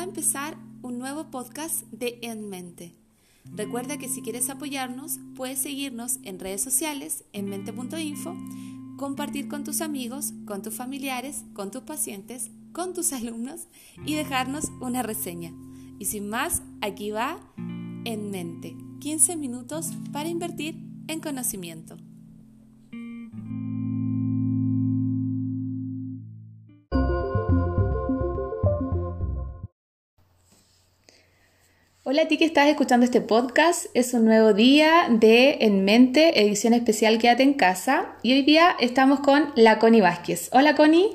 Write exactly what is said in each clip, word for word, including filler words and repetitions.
empezar un nuevo podcast de En Mente. Recuerda que si quieres apoyarnos, puedes seguirnos en redes sociales, en mente punto info, compartir con tus amigos, con tus familiares, con tus pacientes, con tus alumnos y dejarnos una reseña. Y sin más, aquí va En Mente, quince minutos para invertir en conocimiento. Hola a ti que estás escuchando este podcast, es un nuevo día de En Mente, edición especial Quédate en Casa, y hoy día estamos con la Connie Vázquez. Hola Connie.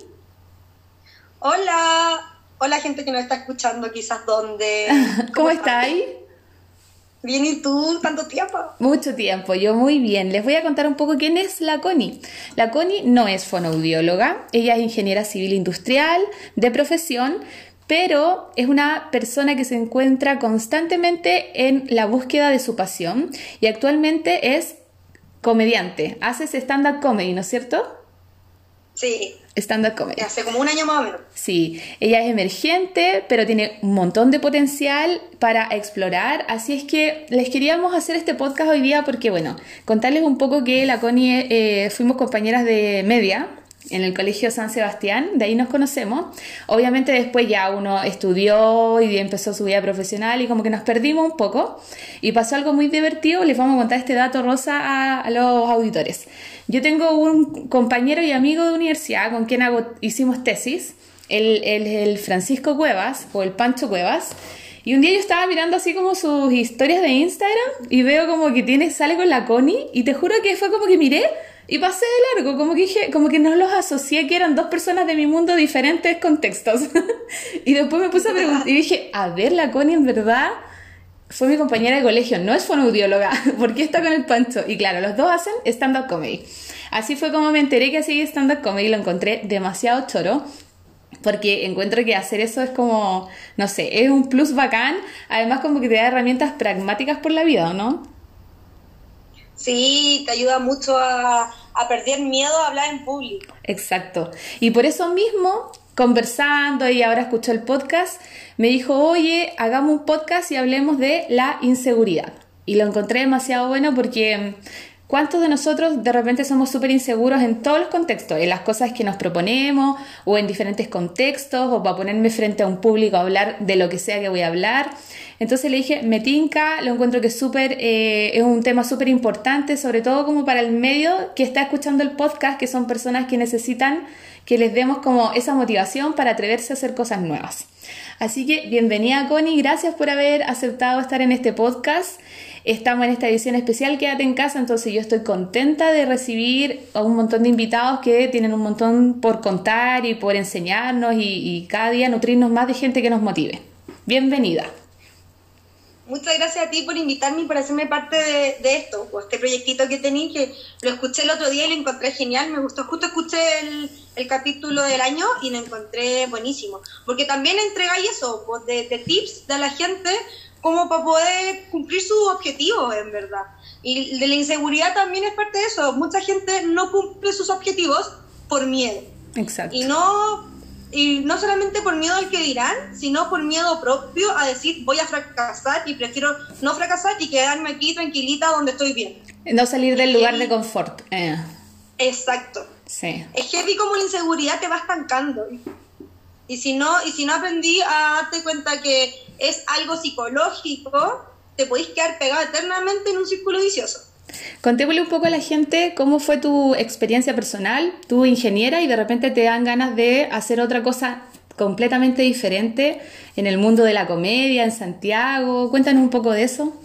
Hola, hola gente que nos está escuchando quizás dónde. ¿Cómo, ¿Cómo estáis? Bien, ¿y tú? ¿Tanto tiempo? Mucho tiempo, yo muy bien. Les voy a contar un poco quién es la Connie. La Connie no es fonoaudióloga, ella es ingeniera civil industrial de profesión, pero es una persona que se encuentra constantemente en la búsqueda de su pasión y actualmente es comediante. Haces stand-up comedy, ¿no es cierto? Sí. Stand-up comedy. Hace como un año más o menos. Sí, ella es emergente, pero tiene un montón de potencial para explorar, así es que les queríamos hacer este podcast hoy día porque, bueno, contarles un poco que la Connie eh, fuimos compañeras de media en el Colegio San Sebastián, de ahí nos conocemos. Obviamente después ya uno estudió y empezó su vida profesional y como que nos perdimos un poco y pasó algo muy divertido. Les vamos a contar este dato rosa a, a los auditores. Yo tengo un compañero y amigo de universidad con quien hago, hicimos tesis, el, el, el Francisco Cuevas o el Pancho Cuevas, y un día yo estaba mirando así como sus historias de Instagram y veo como que tiene, sale con la Connie y te juro que fue como que miré y pasé de largo, como que dije, como que no los asocié, que eran dos personas de mi mundo, diferentes contextos. Y después me puse a preguntar y dije, a ver, la Connie en verdad fue mi compañera de colegio, no es fonoaudióloga, ¿por qué está con el Pancho? Y claro, los dos hacen stand-up comedy. Así fue como me enteré que hacía stand-up comedy, lo encontré demasiado choro, porque encuentro que hacer eso es como, no sé, es un plus bacán, además como que te da herramientas pragmáticas por la vida, ¿no? Sí, te ayuda mucho a, a perder miedo a hablar en público. Exacto. Y por eso mismo, conversando y ahora escuchó el podcast, me dijo, oye, hagamos un podcast y hablemos de la inseguridad. Y lo encontré demasiado bueno porque ¿cuántos de nosotros de repente somos súper inseguros en todos los contextos? En las cosas que nos proponemos o en diferentes contextos o para ponerme frente a un público a hablar de lo que sea que voy a hablar. Entonces le dije, me tinca, lo encuentro que es súper, eh, es un tema súper importante, sobre todo como para el medio que está escuchando el podcast, que son personas que necesitan que les demos como esa motivación para atreverse a hacer cosas nuevas. Así que bienvenida Connie, gracias por haber aceptado estar en este podcast. Estamos en esta edición especial Quédate en Casa, entonces yo estoy contenta de recibir a un montón de invitados que tienen un montón por contar y por enseñarnos y, y cada día nutrirnos más de gente que nos motive. Bienvenida. Muchas gracias a ti por invitarme y por hacerme parte de, de esto, pues, este proyectito que tenéis, que lo escuché el otro día y lo encontré genial, me gustó, justo escuché el, el capítulo del año y lo encontré buenísimo, porque también entregáis eso, pues, de, de tips de la gente como para poder cumplir sus objetivos, en verdad. Y de la inseguridad también es parte de eso, mucha gente no cumple sus objetivos por miedo. Exacto. Y no... Y no solamente por miedo al que dirán, sino por miedo propio a decir voy a fracasar y prefiero no fracasar y quedarme aquí tranquilita donde estoy bien. No salir del lugar de confort. Eh. Exacto. Sí. Es heavy como la inseguridad te va estancando. Y si no, y si no aprendí a darte cuenta que es algo psicológico, te podéis quedar pegado eternamente en un círculo vicioso. Contémosle un poco a la gente cómo fue tu experiencia personal, tú ingeniera y de repente te dan ganas de hacer otra cosa completamente diferente en el mundo de la comedia, en Santiago. Cuéntanos un poco de eso.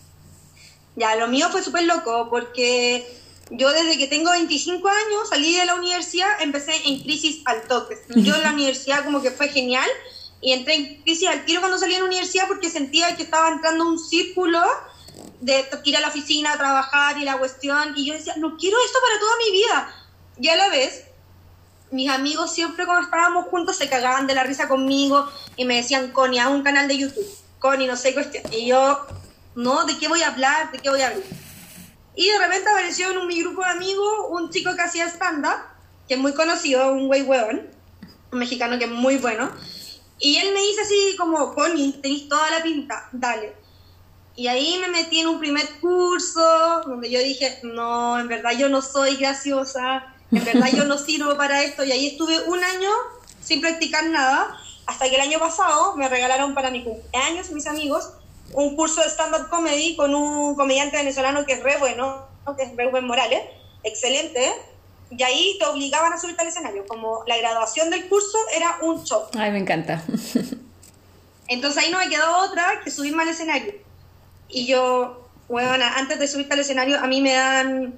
Ya, lo mío fue súper loco porque yo desde que tengo veinticinco años salí de la universidad, empecé en crisis al toque. Yo en la universidad como que fue genial y entré en crisis al tiro cuando salí de la universidad porque sentía que estaba entrando en un círculo de ir a la oficina a trabajar y la cuestión, y yo decía, no quiero esto para toda mi vida. Y a la vez, mis amigos siempre cuando estábamos juntos se cagaban de la risa conmigo y me decían, Connie, haz un canal de YouTube, Connie, no sé cuestión. Y yo, no, ¿de qué voy a hablar? ¿De qué voy a hablar? Y de repente apareció en un, mi grupo de amigos un chico que hacía stand-up, que es muy conocido, un güey hueón, un mexicano que es muy bueno, Y él me dice así como, Connie, tenéis toda la pinta, dale. Y ahí me metí en un primer curso, donde yo dije, no, en verdad yo no soy graciosa, en verdad yo no sirvo para esto. Y ahí estuve un año sin practicar nada, hasta que el año pasado me regalaron para mi cumpleaños, mis amigos, un curso de stand-up comedy con un comediante venezolano que es re bueno, que es Rubén Morales, excelente. Y ahí te obligaban a subirte al escenario, como la graduación del curso era un show. Ay, me encanta. Entonces ahí no me quedó otra que subirme al escenario. Y yo, bueno, antes de subirte al escenario, a mí me dan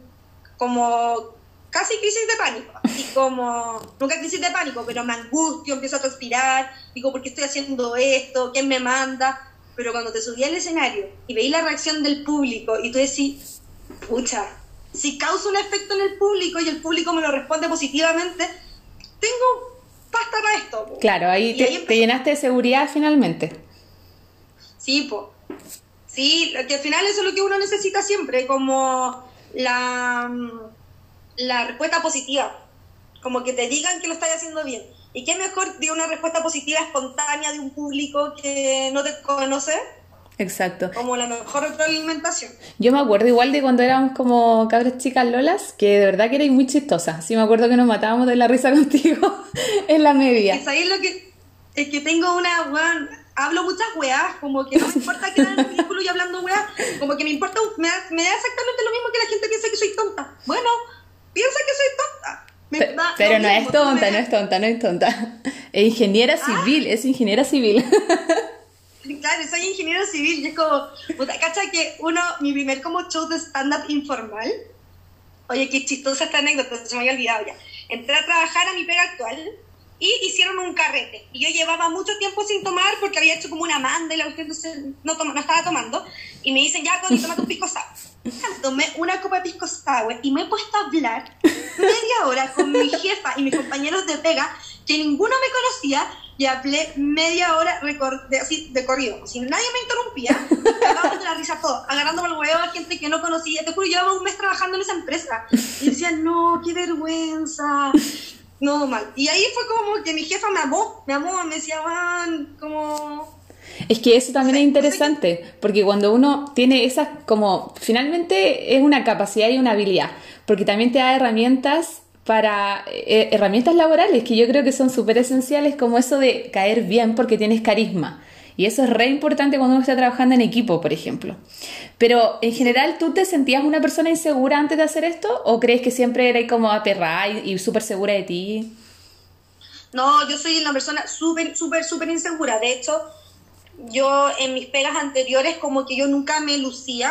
como casi crisis de pánico. Así como, nunca crisis de pánico, pero me angustio, empiezo a transpirar, digo, ¿por qué estoy haciendo esto? ¿Quién me manda? Pero cuando te subí al escenario y veí la reacción del público y tú decís, pucha, si causa un efecto en el público y el público me lo responde positivamente, tengo pasta para esto. Po. Claro, ahí, te, ahí te llenaste de seguridad finalmente. Sí, pues. Sí, que al final eso es lo que uno necesita siempre, como la, la respuesta positiva, como que te digan que lo estás haciendo bien. ¿Y qué mejor de una respuesta positiva espontánea de un público que no te conoce? Exacto. Como la mejor retroalimentación. Yo me acuerdo igual de cuando éramos como cabras chicas lolas, que de verdad que erais muy chistosa. Sí, me acuerdo que nos matábamos de la risa contigo en la media. Es ahí lo que, es que tengo una, bueno, hablo muchas weas, como que no me importa quedar en el ridículo y hablando weas, como que me importa, me da, me da exactamente lo mismo que la gente piensa que soy tonta. Bueno, piensa que soy tonta. Me Pe- da pero lo no mismo, es tonta, me- no es tonta, no es tonta. Es ingeniera Ah. civil, es ingeniera civil. Claro, soy ingeniero civil y es como, puta, ¿cacha que uno, mi primer como show de stand-up informal? Oye, qué chistosa esta anécdota, se me había olvidado ya. Entré a trabajar a mi pega actual y hicieron un carrete. Y yo llevaba mucho tiempo sin tomar porque había hecho como una manda y la cuestión, entonces no, toma, no estaba tomando. Y me dicen, ya, Connie, tómate un pisco sour. Tomé una copa de pisco sour y me he puesto a hablar media hora con mi jefa y mis compañeros de pega, que ninguno me conocía, y hablé media hora recor- de, así, de corrido. Si nadie me interrumpía, cagaban de la risa todo, agarrándome el huevo a gente que no conocía. Te juro, llevaba un mes trabajando en esa empresa. Y decía, no, qué vergüenza. No, mal. Y ahí fue como que mi jefa me amó, me amó, me decía, van, como... Es que eso también Sí, es interesante, porque cuando uno tiene esas, como, finalmente es una capacidad y una habilidad, porque también te da herramientas para, eh, herramientas laborales que yo creo que son súper esenciales, como eso de caer bien porque tienes carisma. Y eso es re importante cuando uno está trabajando en equipo, por ejemplo. Pero, en general, ¿tú te sentías una persona insegura antes de hacer esto? ¿O crees que siempre eras como aperrada y, y súper segura de ti? No, yo soy una persona súper, súper, súper insegura. De hecho, yo en mis pegas anteriores como que yo nunca me lucía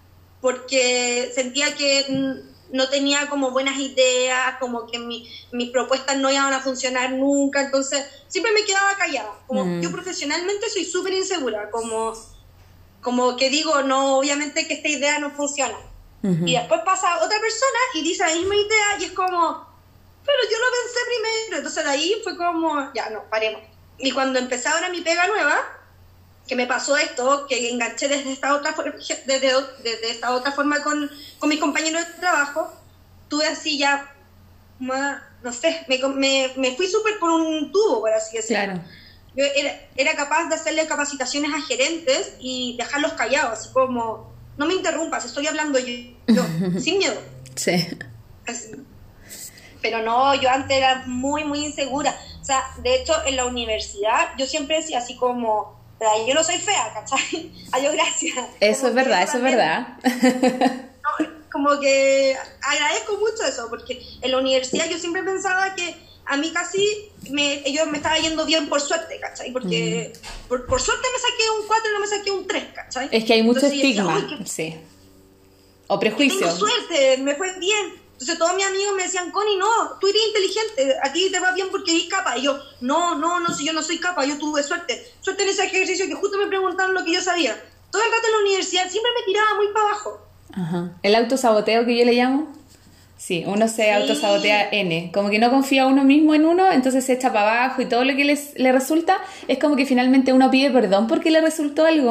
porque sentía que mm, no tenía como buenas ideas, como que mi, mis propuestas no iban a funcionar nunca, entonces siempre me quedaba callada. Como Mm. yo profesionalmente soy súper insegura, como, como que digo, no, obviamente que esta idea no funciona. Ujú. Y después pasa otra persona y dice la misma idea y es como, pero yo lo pensé primero. Entonces de ahí fue como, ya, no, paremos. Y cuando empecé ahora mi pega nueva, que me pasó esto, que enganché desde esta otra, for- desde, desde esta otra forma con, con mis compañeros de trabajo, tuve así ya, ma- no sé, me, me, me fui súper por un tubo, por así decirlo. Claro. Yo era, era capaz de hacerle capacitaciones a gerentes y dejarlos callados, así como, no me interrumpas, estoy hablando yo, yo sin miedo. Sí. Así. Pero no, yo antes era muy, muy insegura. O sea, de hecho, en la universidad yo siempre decía así como, "Pero yo no soy fea, ¿cachai? Adiós, gracias". Eso Como es que verdad, eso es también- verdad. no, como que agradezco mucho eso, porque en la universidad yo siempre pensaba que a mí casi me, yo me estaba yendo bien por suerte, ¿cachai? Porque por, por suerte me saqué un cuatro y no me saqué un tres, ¿cachai? Es que hay mucho Entonces yo decía, estigma, "Uy, que sí. O tengo prejuicio. suerte, me fue bien". Entonces todos mis amigos me decían, Connie, no, tú eres inteligente, a ti te va bien porque eres capa. Y yo, no, no, no, si yo no soy capa, yo tuve suerte. Suerte en ese ejercicio que justo me preguntaron lo que yo sabía. Todo el rato en la universidad siempre me tiraba muy para abajo. Ajá. El autosaboteo que yo le llamo. Sí, uno se Sí. autosabotea N. Como que no confía uno mismo en uno, entonces se echa para abajo y todo lo que les, le resulta es como que finalmente uno pide perdón porque le resultó algo.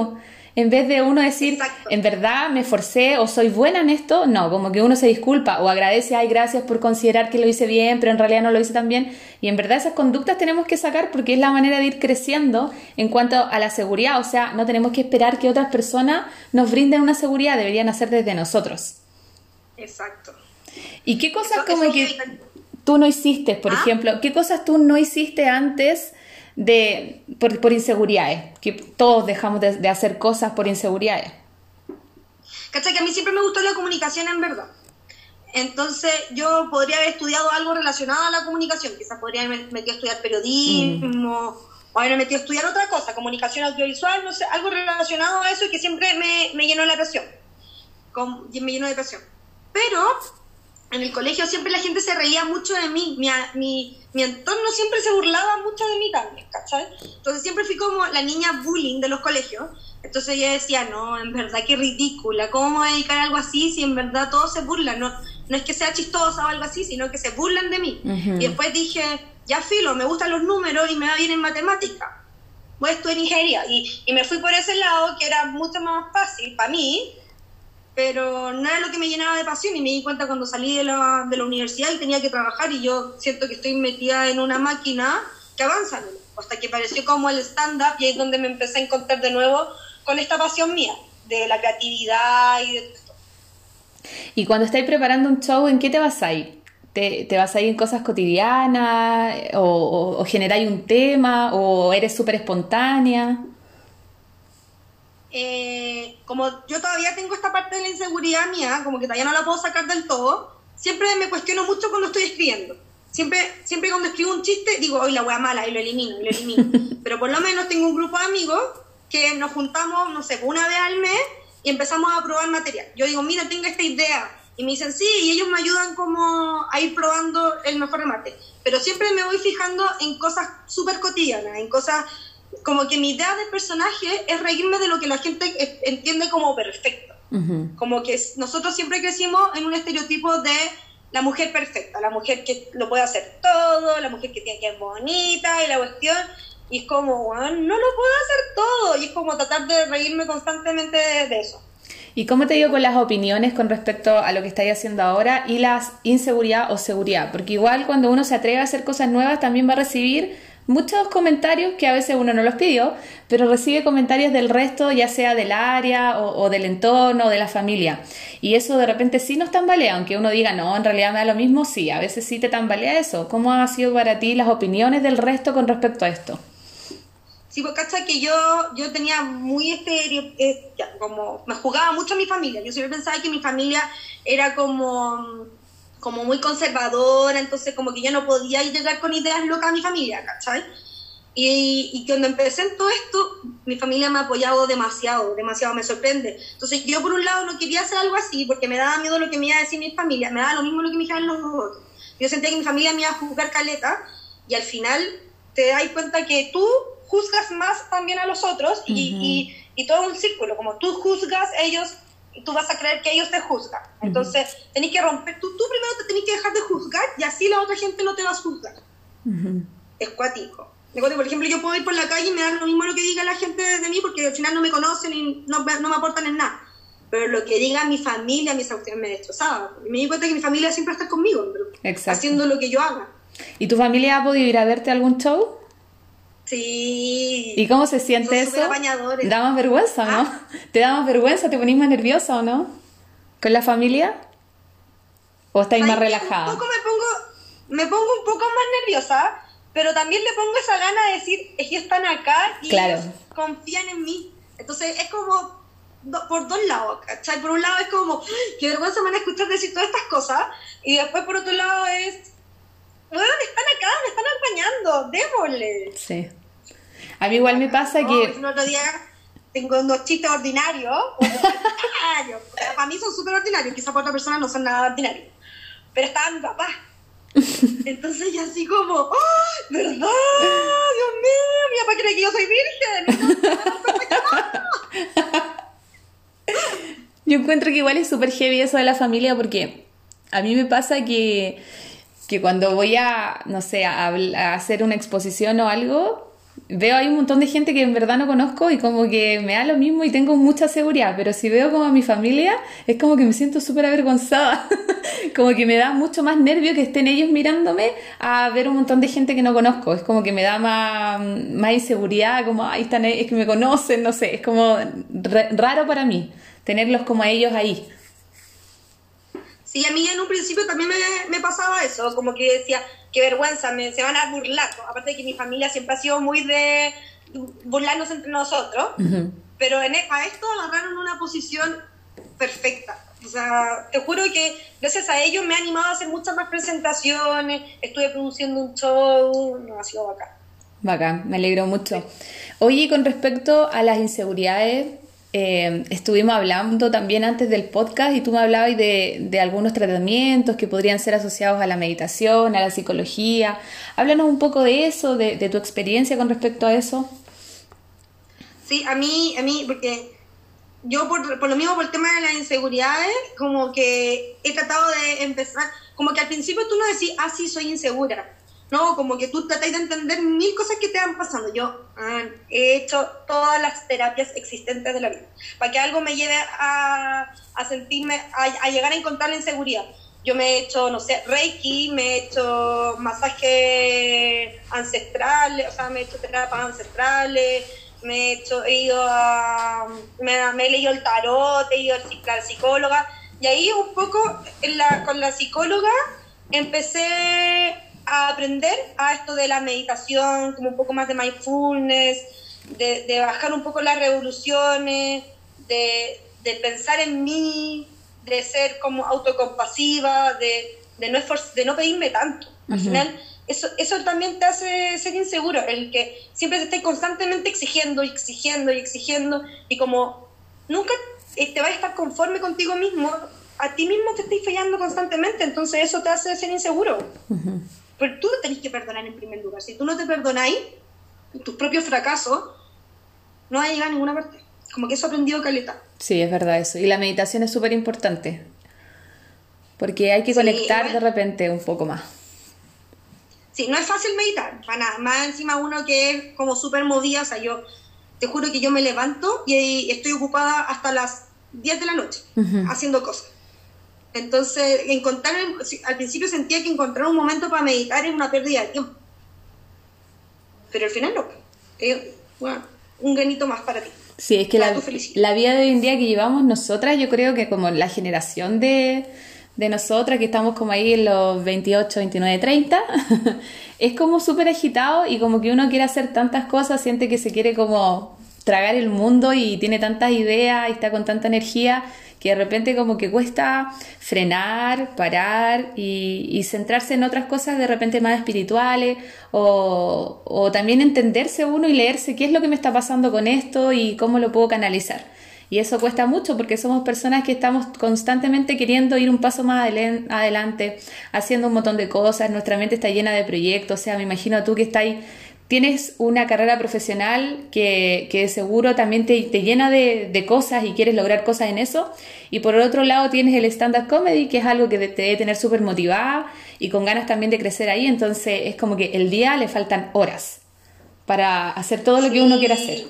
en vez de uno decir, Exacto. en verdad me esforcé o soy buena en esto, no, como que uno se disculpa o agradece, ay, gracias por considerar que lo hice bien, pero en realidad no lo hice tan bien. Y en verdad esas conductas tenemos que sacar porque es la manera de ir creciendo en cuanto a la seguridad. O sea, no tenemos que esperar que otras personas nos brinden una seguridad, deberían hacer desde nosotros. Exacto. ¿Y qué cosas Eso- como eso que es- tú no hiciste, por ¿Ah? ejemplo? ¿Qué cosas tú no hiciste antes de por, por inseguridades? Que todos dejamos de, de hacer cosas por inseguridades. ¿Cachai? Que a mí siempre me gustó la comunicación en verdad. Entonces yo podría haber estudiado algo relacionado a la comunicación. Quizás podría haberme metido a estudiar periodismo, mm. o haberme metido a estudiar otra cosa, comunicación audiovisual, no sé, algo relacionado a eso y que siempre me, me llenó la presión. Con, me llenó de presión. Pero en el colegio siempre la gente se reía mucho de mí. Mi, mi, mi entorno siempre se burlaba mucho de mí también, ¿cachai? Entonces siempre fui como la niña bullying de los colegios. Entonces yo decía, no, en verdad qué ridícula, ¿cómo me voy a dedicar a algo así si en verdad todos se burlan? No, no es que sea chistosa o algo así, sino que se burlan de mí. Uh-huh. Y después dije, ya filo, me gustan los números y me va bien en matemática. Voy a estudiar ingeniería. Y, y me fui por ese lado, que era mucho más fácil para mí, pero no era lo que me llenaba de pasión. Y me di cuenta cuando salí de la, de la universidad y tenía que trabajar, y yo siento que estoy metida en una máquina que avanza, hasta que pareció como el stand-up, y ahí es donde me empecé a encontrar de nuevo con esta pasión mía, de la creatividad y de todo esto. Y cuando estáis preparando un show, ¿en qué te vas a ir? ¿Te, te vas a ir en cosas cotidianas? ¿O, o, o generáis un tema? ¿O eres súper espontánea? Eh, como yo todavía tengo esta parte de la inseguridad mía, como que todavía no la puedo sacar del todo, siempre me cuestiono mucho cuando estoy escribiendo. Siempre, siempre cuando escribo un chiste, digo, hoy la wea mala, y lo elimino, y lo elimino. Pero por lo menos tengo un grupo de amigos que nos juntamos, no sé, una vez al mes y empezamos a probar material. Yo digo, mira, tengo esta idea. Y me dicen, sí, y ellos me ayudan como a ir probando el mejor remate. Pero siempre me voy fijando en cosas súper cotidianas, en cosas como que mi idea de personaje es reírme de lo que la gente entiende como perfecto. Uh-huh. Como que nosotros siempre crecimos en un estereotipo de la mujer perfecta, la mujer que lo puede hacer todo, la mujer que tiene que ser bonita y la cuestión... Y es como, bueno, no lo puedo hacer todo. Y es como tratar de reírme constantemente de, de eso. ¿Y cómo te digo con las opiniones con respecto a lo que estáis haciendo ahora y la inseguridad o seguridad? Porque igual cuando uno se atreve a hacer cosas nuevas también va a recibir muchos comentarios que a veces uno no los pidió, pero recibe comentarios del resto, ya sea del área o, o del entorno o de la familia. Y eso de repente sí nos tambalea, aunque uno diga, no, en realidad me da lo mismo, sí, a veces sí te tambalea eso. ¿Cómo ha sido para ti las opiniones del resto con respecto a esto? Sí, pues cacha que yo, yo tenía muy estereo, eh, como me jugaba mucho a mi familia. Yo siempre pensaba que mi familia era como, como muy conservadora, entonces como que yo no podía llegar con ideas locas a mi familia, ¿cachai? Y, y cuando empecé en todo esto, mi familia me ha apoyado demasiado, demasiado, me sorprende. Entonces yo por un lado no quería hacer algo así porque me daba miedo lo que me iba a decir mi familia, me daba lo mismo lo que me dijeran los otros. Yo sentía que mi familia me iba a juzgar caleta y al final te das cuenta que tú juzgas más también a los otros y, uh-huh. y, y todo un círculo, como tú juzgas, ellos, tú vas a creer que ellos te juzgan. Entonces, uh-huh. tenés que romper, tú, tú primero te tenés que dejar de juzgar y así la otra gente no te va a juzgar. Uh-huh. Es cuático. Por ejemplo, yo puedo ir por la calle y me da lo mismo lo que diga la gente de mí porque al final no me conocen y no, no me aportan en nada. Pero lo que diga mi familia, mis autoridades me destrozaba. Y me di cuenta que mi familia siempre está conmigo, haciendo lo que yo haga. ¿Y tu familia ha podido ir a verte a algún show? Sí. ¿Y cómo se siente eso? ¿Da más vergüenza, ¿no? ¿Ah? ¿Te da más vergüenza? ¿Te ponís más nerviosa o no? ¿Con la familia? ¿O estáis más relajada? Un poco me pongo, me pongo un poco más nerviosa, pero también le pongo esa gana de decir, es que están acá y claro. ellos confían en mí. Entonces es como do, por dos lados, ¿cachai? Por un lado es como, qué vergüenza me van a escuchar decir todas estas cosas, y después por otro lado es, bueno, están acá, me están acompañando, démosle. Sí. A mí igual me pasa no, que... El otro día tengo unos chistes ordinarios, ordinarios. Para mí son súper ordinarios, quizás para otra persona no son nada ordinarios. Pero estaba mi papá. Entonces yo así como, ¡oh, verdad! ¡Dios mío! Mi papá cree que yo soy virgen. Yo encuentro que igual es súper heavy eso de la familia porque a mí me pasa que, que cuando voy a, no sé, a, a hacer una exposición o algo... veo hay un montón de gente que en verdad no conozco y como que me da lo mismo y tengo mucha seguridad, pero si veo como a mi familia, es como que me siento súper avergonzada, como que me da mucho más nervio que estén ellos mirándome a ver un montón de gente que no conozco, es como que me da más, más inseguridad, como, ay, están, es que me conocen, no sé, es como re- raro para mí tenerlos como a ellos ahí. Sí, a mí en un principio también me, me pasaba eso, como que decía, qué vergüenza, me, se van a burlar, ¿no? Aparte de que mi familia siempre ha sido muy de burlarnos entre nosotros, uh-huh. Pero en, a esto agarraron una posición perfecta. O sea, te juro que gracias a ellos me he animado a hacer muchas más presentaciones, estuve produciendo un show, no, ha sido bacán. Bacán, me alegro mucho. Oye, con respecto a las inseguridades, Eh, estuvimos hablando también antes del podcast y tú me hablabas de, de algunos tratamientos que podrían ser asociados a la meditación, a la psicología. Háblanos un poco de eso, de, de tu experiencia con respecto a eso. Sí, a mí, a mí porque yo por, por lo mismo, por el tema de las inseguridades, como que he tratado de empezar, como que al principio tú no decís, ah, sí, soy insegura. No, como que tú tratas de entender mil cosas que te van pasando. Yo ah, he hecho todas las terapias existentes de la vida para que algo me lleve a, a sentirme, a, a llegar a encontrar la inseguridad. Yo me he hecho, no sé, Reiki, me he hecho masajes ancestrales, o sea, me he hecho terapias ancestrales, me he hecho, he ido a, me, me he leído el tarot, he ido a la psicóloga, y ahí un poco en la, con la psicóloga empecé a aprender a esto de la meditación, como un poco más de mindfulness, de, de bajar un poco las revoluciones, de, de pensar en mí, de ser como autocompasiva, de, de, no, esforz- de no pedirme tanto. Al uh-huh. final, eso, eso también te hace ser inseguro, el que siempre te estés constantemente exigiendo y exigiendo y exigiendo, y como nunca te vas a estar conforme contigo mismo, a ti mismo te estás fallando constantemente, entonces eso te hace ser inseguro. Uh-huh. Pero tú tenés que perdonar en primer lugar. Si tú no te perdonáis tus propios fracasos, no vas a llegar a ninguna parte. Como que eso he aprendido caleta. Sí, es verdad eso. Y la meditación es súper importante. Porque hay que sí, conectar igual, de repente un poco más. Sí, no es fácil meditar. Para nada. Más encima uno que es como súper movida. O sea, yo te juro que yo me levanto y estoy ocupada hasta las diez de la noche uh-huh. haciendo cosas. Entonces, encontrar, al principio sentía que encontrar un momento para meditar es una pérdida de tiempo. Pero al final no. Es bueno, un granito más para ti. Sí, es que la, la vida de hoy en día que llevamos nosotras, yo creo que como la generación de, de nosotras, que estamos como ahí en los veintiocho, veintinueve, treinta, es como súper agitado y como que uno quiere hacer tantas cosas, siente que se quiere como tragar el mundo y tiene tantas ideas y está con tanta energía que de repente como que cuesta frenar, parar y, y centrarse en otras cosas de repente más espirituales o, o también entenderse uno y leerse qué es lo que me está pasando con esto y cómo lo puedo canalizar. Y eso cuesta mucho porque somos personas que estamos constantemente queriendo ir un paso más adelante, haciendo un montón de cosas, nuestra mente está llena de proyectos, o sea, me imagino tú que estás ahí, tienes una carrera profesional que, que seguro también te, te llena de, de cosas y quieres lograr cosas en eso. Y por el otro lado tienes el stand-up comedy, que es algo que te debe tener súper motivada y con ganas también de crecer ahí. Entonces es como que el día le faltan horas para hacer todo lo que sí. uno quiere hacer.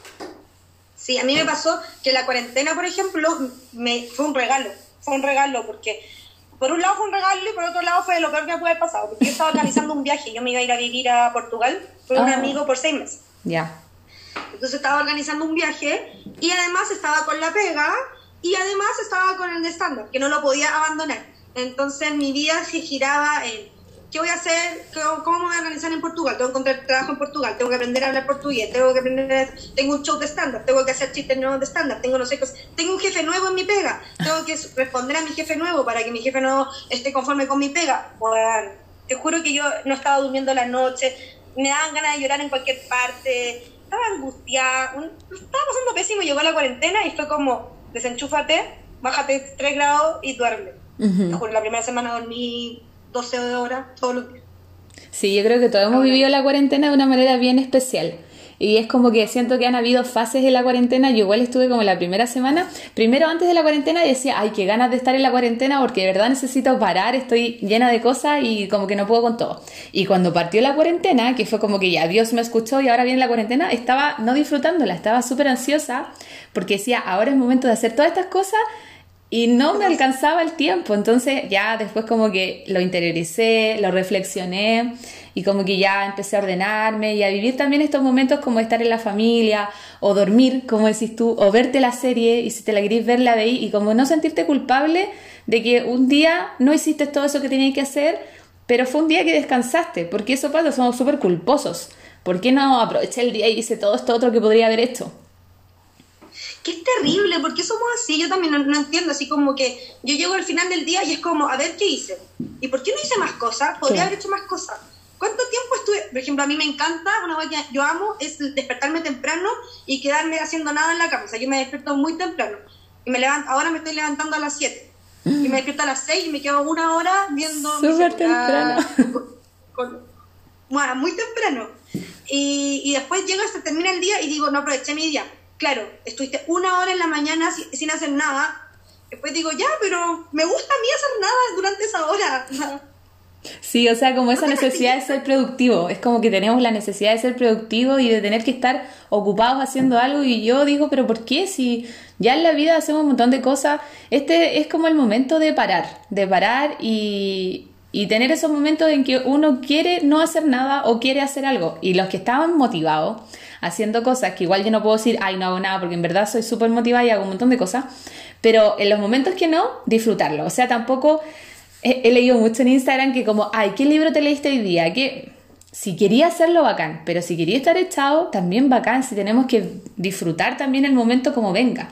Sí, a mí me pasó que la cuarentena, por ejemplo, me, fue un regalo. Fue un regalo porque... Por un lado fue un regalo y por otro lado fue lo peor que me puede haber pasado, porque yo estaba organizando un viaje, yo me iba a ir a vivir a Portugal con oh. un amigo por seis meses. Ya. Yeah. Entonces estaba organizando un viaje y además estaba con la pega y además estaba con el de stand-up, que no lo podía abandonar. Entonces mi vida se giraba en ¿qué voy a hacer? ¿Cómo me voy a organizar en Portugal? Tengo que encontrar trabajo en Portugal, tengo que aprender a hablar portugués, tengo que aprender, tengo un show de stand-up, tengo que hacer chistes nuevos de stand-up, tengo no sé cosas, tengo un jefe nuevo en mi pega, tengo que responder a mi jefe nuevo para que mi jefe nuevo esté conforme con mi pega. Bueno, te juro que yo no estaba durmiendo la noche, me daban ganas de llorar en cualquier parte, estaba angustiada, estaba pasando pésimo, llegó la cuarentena y fue como, desenchúfate, bájate tres grados y duerme. Uh-huh. Te juro, la primera semana dormí doce horas todos los días. Sí, yo creo que todos hemos vivido la cuarentena de una manera bien especial. Y es como que siento que han habido fases en la cuarentena. Yo igual estuve como la primera semana. Primero antes de la cuarentena decía, ay, qué ganas de estar en la cuarentena porque de verdad necesito parar, estoy llena de cosas y como que no puedo con todo. Y cuando partió la cuarentena, que fue como que ya Dios me escuchó y ahora viene la cuarentena, estaba no disfrutándola, estaba súper ansiosa porque decía, ahora es momento de hacer todas estas cosas y no me alcanzaba el tiempo. Entonces ya después como que lo interioricé, lo reflexioné y como que ya empecé a ordenarme y a vivir también estos momentos como estar en la familia o dormir, como decís tú, o verte la serie y si te la querés ver la veís y como no sentirte culpable de que un día no hiciste todo eso que tenías que hacer, pero fue un día que descansaste, porque eso pasa, somos súper culposos. ¿Por qué no aproveché el día y hice todo esto otro que podría haber hecho? Que es terrible, porque somos así, yo también no, no entiendo, así como que yo llego al final del día y es como, a ver, ¿qué hice? ¿Y por qué no hice más cosas? Podría Sí. haber hecho más cosas. ¿Cuánto tiempo estuve? Por ejemplo, a mí me encanta, una cosa que yo amo es despertarme temprano y quedarme haciendo nada en la cama. O sea, yo me despierto muy temprano y me levanto, ahora me estoy levantando a las siete y me despierto a las seis y me quedo una hora viendo mi Súper celular, temprano. con- con- bueno, muy temprano. Y, y después llega, se termina el día y digo, no aproveché mi día. Claro, estuviste una hora en la mañana sin, sin hacer nada. Después digo, ya, pero me gusta a mí hacer nada durante esa hora. Sí, o sea, como esa No te necesidad de castigues. ser productivo, es como que tenemos la necesidad de ser productivo y de tener que estar ocupados haciendo algo y yo digo, pero ¿por qué? Si ya en la vida hacemos un montón de cosas, este es como el momento de parar, de parar y, y tener esos momentos en que uno quiere no hacer nada o quiere hacer algo y los que estaban motivados haciendo cosas, que igual yo no puedo decir, ay, no hago nada porque en verdad soy súper motivada y hago un montón de cosas, pero en los momentos que no, disfrutarlo, o sea, tampoco... He, he leído mucho en Instagram que como, ay, ¿qué libro te leíste hoy día? Que si quería hacerlo, bacán, pero si quería estar echado, también bacán, si tenemos que disfrutar también el momento como venga.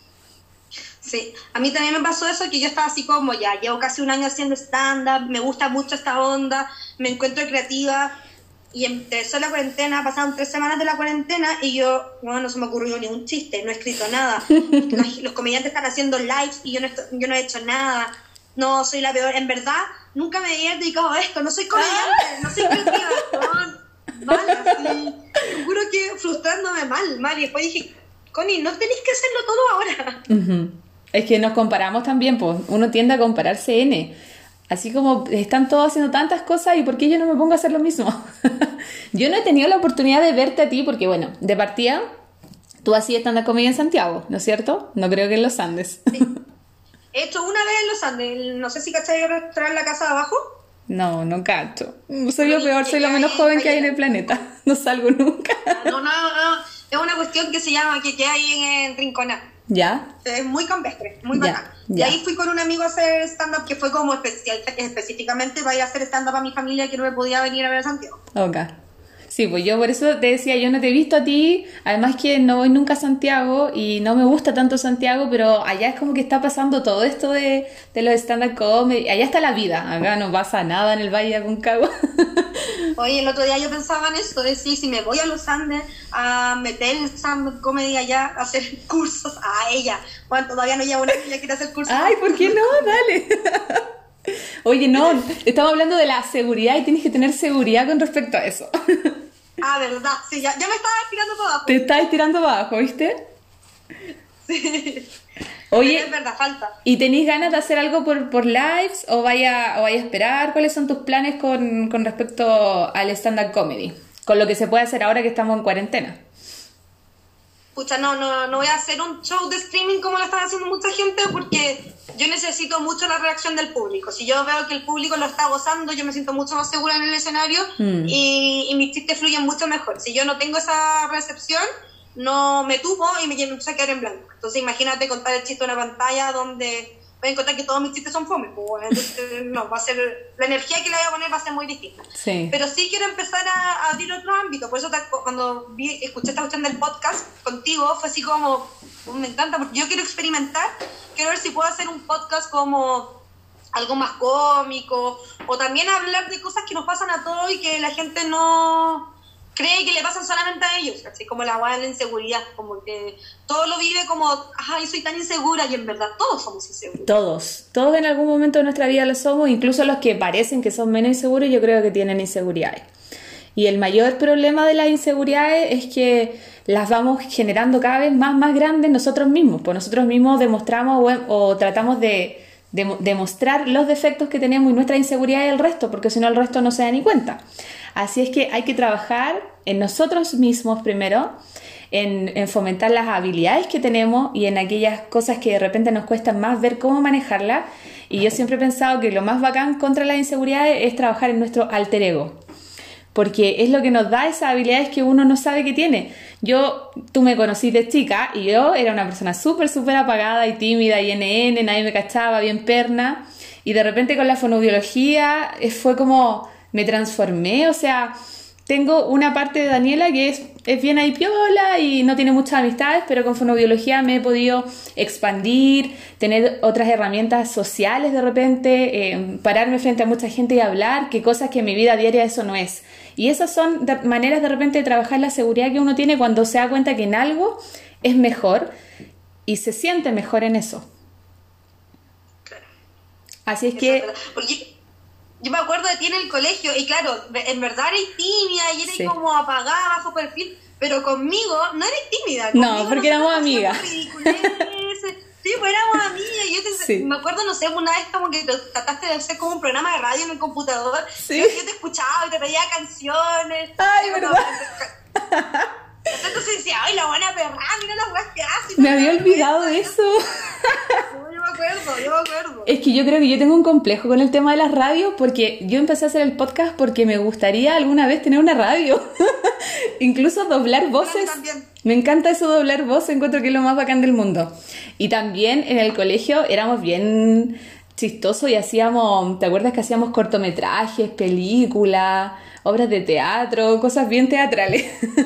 Sí, a mí también me pasó eso, que yo estaba así como, ya, llevo casi un año haciendo stand-up, me gusta mucho esta onda, me encuentro creativa, y empezó la cuarentena, pasaron tres semanas de la cuarentena, y yo, bueno, no se me ocurrió ni un chiste, no he escrito nada, los, los comediantes están haciendo lives, y yo no, estoy- yo no he hecho nada, no, soy la peor, en verdad, nunca me había dedicado a esto, no soy comediante, no soy creativa, no, mal, así, te juro que frustrándome mal, mal, y después dije, Connie, no tenéis que hacerlo todo ahora. Ujú. Es que nos comparamos también, pues uno tiende a compararse N. Así como están todos haciendo tantas cosas y ¿por qué yo no me pongo a hacer lo mismo? Yo no he tenido la oportunidad de verte a ti porque, bueno, de partida, tú hacías stand-up comedy en Santiago, ¿no es cierto? No creo que en los Andes. He hecho una vez en Los Andes, no sé si cachai el restaurante La Casa de Abajo. No, no cacho. Soy lo Uy, peor, soy lo que menos hay- joven que hay- hay en el planeta. No salgo nunca. No, no, no, es una cuestión que se llama, que queda ahí en, en Rinconada. ¿Ya? Es muy campestre, muy Ya, bacán. ya. Y ahí fui con un amigo a hacer stand-up que fue como especial, específicamente para ir a hacer stand-up a mi familia que no me podía venir a ver a Santiago. Ok. Sí, pues yo por eso te decía, yo no te he visto a ti, además que no voy nunca a Santiago y no me gusta tanto Santiago, pero allá es como que está pasando todo esto de, de los stand-up comedy, allá está la vida, acá no pasa nada en el Valle de Aconcagua. Oye, el otro día yo pensaba en esto, de decir, si me voy a los Andes a meter el stand-up comedy allá, a hacer cursos a ella. Bueno, todavía no llevo una que ya quiere hacer cursos. Ay, ¿por qué no? Dale. Oye, no, estamos hablando de la seguridad y tienes que tener seguridad con respecto a eso. Ah, verdad, sí, ya, ya me estaba tirando para abajo. Te estás tirando para abajo, ¿viste? Sí. Oye, Pero es verdad, falta. ¿y tenéis ganas de hacer algo por, por lives o vaya, o vaya a esperar? ¿Cuáles son tus planes con, con respecto al stand-up comedy? Con lo que se puede hacer ahora que estamos en cuarentena. Pucha, no, no, no voy a hacer un show de streaming como lo están haciendo mucha gente porque yo necesito mucho la reacción del público. Si yo veo que el público lo está gozando, yo me siento mucho más segura en el escenario Mm. y, y mis chistes fluyen mucho mejor. Si yo no tengo esa recepción, no me tupo y me empiezo a quedar en blanco. Entonces imagínate contar el chiste en una pantalla donde voy a encontrar que todos mis chistes son fome. Pues, bueno, entonces, no, va a ser, la energía que le voy a poner va a ser muy distinta. Sí. Pero sí quiero empezar a, a abrir otro ámbito. Por eso te- cuando vi, escuché esta cuestión del podcast contigo, fue así como, "Oh, me encanta, porque yo quiero experimentar, quiero ver si puedo hacer un podcast como algo más cómico, o también hablar de cosas que nos pasan a todos y que la gente no cree que le pasan solamente a ellos, así como la guay de la inseguridad, como que todo lo vive como, ay, soy tan insegura, y en verdad todos somos inseguros. Todos, todos en algún momento de nuestra vida lo somos, incluso los que parecen que son menos inseguros, yo creo que tienen inseguridades. Y el mayor problema de las inseguridades es que las vamos generando cada vez más, más grandes nosotros mismos. Pues nosotros mismos demostramos o, o tratamos de, de demostrar los defectos que tenemos y nuestra inseguridad y el resto, porque si no el resto no se da ni cuenta. Así es que hay que trabajar en nosotros mismos primero, en, en fomentar las habilidades que tenemos y en aquellas cosas que de repente nos cuestan más ver cómo manejarlas. Y yo siempre he pensado que lo más bacán contra las inseguridades es trabajar en nuestro alter ego, porque es lo que nos da esas habilidades que uno no sabe que tiene. Yo, tú me conociste de chica y yo era una persona súper, súper apagada y tímida y ene ene, nadie me cachaba, bien perna, y de repente con la fonoaudiología fue como me transformé. O sea, tengo una parte de Daniela que es, es bien ahí piola y no tiene muchas amistades, pero con fonoaudiología me he podido expandir, tener otras herramientas sociales de repente, eh, pararme frente a mucha gente y hablar, que cosas que en mi vida diaria eso no es. Y esas son de, maneras de repente de trabajar la seguridad que uno tiene cuando se da cuenta que en algo es mejor y se siente mejor en eso. Claro. Así es Eso que... es verdad. Porque yo me acuerdo de ti en el colegio y claro, en verdad eres tímida y eres Sí. como apagada, bajo perfil, pero conmigo no eres tímida. Conmigo No, porque éramos amigas. Sí, pues éramos amigas. Y yo te, Sí. me acuerdo, no sé, una vez como que trataste de hacer como un programa de radio en el computador. Sí. Yo, yo te escuchaba y te pedía canciones. Ay, y ¿verdad? Como, entonces decía, ay, la buena perra, mira las weas que hace. Me había olvidado de eso. No, yo me acuerdo, yo me acuerdo. Es que yo creo que yo tengo un complejo con el tema de las radios, porque yo empecé a hacer el podcast porque me gustaría alguna vez tener una radio. Incluso doblar voces. También. Me encanta eso, doblar voces, encuentro que es lo más bacán del mundo. Y también en el colegio éramos bien chistosos y hacíamos, ¿te acuerdas que hacíamos cortometrajes, películas, obras de teatro, cosas bien teatrales?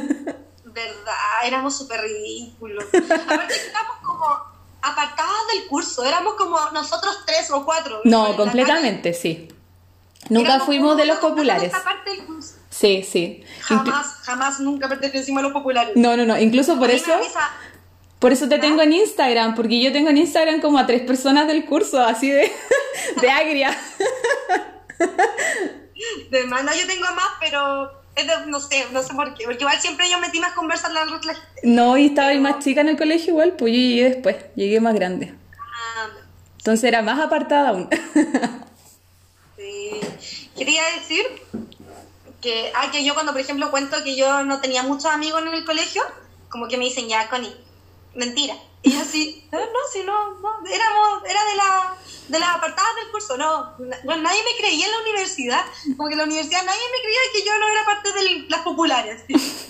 Verdad, éramos súper ridículos. Aparte que éramos como apartadas del curso, éramos como nosotros tres o cuatro. No, completamente, sí. Nunca Éramos fuimos como de los una populares. esta parte del curso. Sí, sí. Jamás, jamás, nunca pertenecimos a los populares. No, no, no, incluso por A mí eso... me avisa- Por eso te tengo en Instagram, porque yo tengo en Instagram como a tres personas del curso, así de, de agria. De más, no, yo tengo más, pero es de- no sé, no sé por qué. Porque igual siempre yo metí más conversar la la gente. No, y estaba ahí más chica en el colegio igual, pues yo llegué después, llegué más grande. Ah, Entonces era más apartada aún. sí. Quería decir que, ah, que yo cuando, por ejemplo, cuento que yo no tenía muchos amigos en el colegio, como que me dicen, ya, Connie, mentira. Y yo así, no, no, si no, no, éramos, era de, la, de las apartadas del curso, no, no, nadie me creía en la universidad, como que en la universidad nadie me creía que yo no era parte de las populares.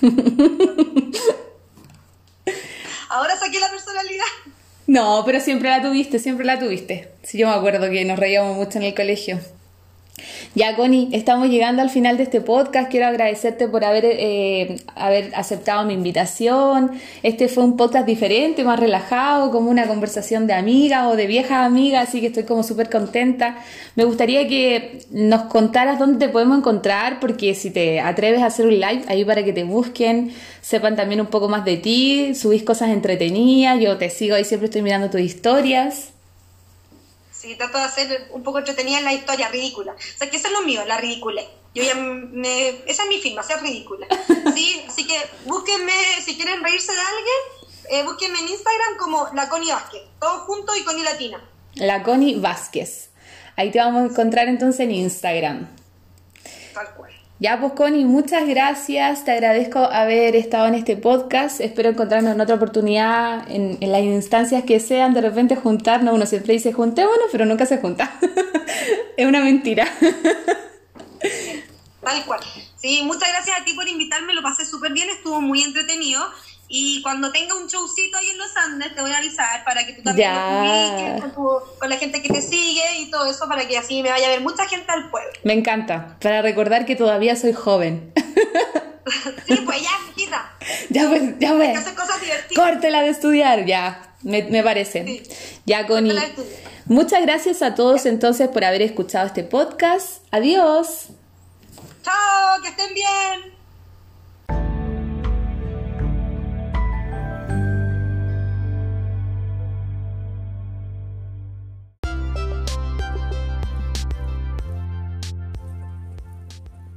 Ahora saqué la personalidad. No, pero siempre la tuviste, siempre la tuviste. Sí, yo me acuerdo que nos reíamos mucho en el colegio. Ya, Connie, estamos llegando al final de este podcast. Quiero agradecerte por haber, eh, haber aceptado mi invitación. Este fue un podcast diferente, más relajado, como una conversación de amigas o de viejas amigas, así que estoy como súper contenta. Me gustaría que nos contaras dónde te podemos encontrar, porque si te atreves a hacer un live ahí para que te busquen, sepan también un poco más de ti, subís cosas entretenidas, yo te sigo ahí, siempre estoy mirando tus historias. Sí, trato de hacer un poco entretenida en la historia, ridícula. O sea, que eso es lo mío, la ridícula. Yo ya me... Esa es mi firma, ser ridícula. Sí, así que búsquenme, si quieren reírse de alguien, eh, búsquenme en Instagram como la Connie Vázquez. Todo junto y Connie Latina. La Connie Vázquez. Ahí te vamos a encontrar entonces en Instagram. Tal cual. Ya, pues Connie, muchas gracias. Te agradezco haber estado en este podcast. Espero encontrarnos en otra oportunidad, en, en las instancias que sean, de repente juntarnos. Uno siempre dice juntémonos, pero nunca se junta. Es una mentira. Tal cual. Sí, muchas gracias a ti por invitarme, lo pasé súper bien, estuvo muy entretenido. Y cuando tenga un showcito ahí en los Andes, te voy a avisar para que tú también Ya. lo publiques con, tu- con la gente que te sigue y todo eso, para que así me vaya a ver mucha gente al pueblo. Me encanta, para recordar que todavía soy joven. Sí, pues ya, hijita. Ya pues, ya Hay que pues. hacer cosas divertidas. Córtela de estudiar, ya. Me, me parece. Sí. Ya, Connie. Córtela de estudiar. Muchas gracias a todos entonces por haber escuchado este podcast. Adiós. Chao, que estén bien.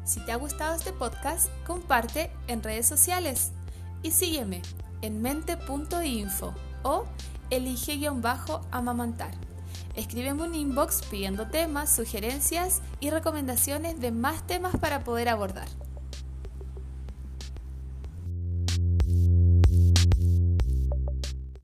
Si te ha gustado este podcast, comparte en redes sociales y sígueme en mente punto info o elige-amamantar. Escríbeme un inbox pidiendo temas, sugerencias y recomendaciones de más temas para poder abordar.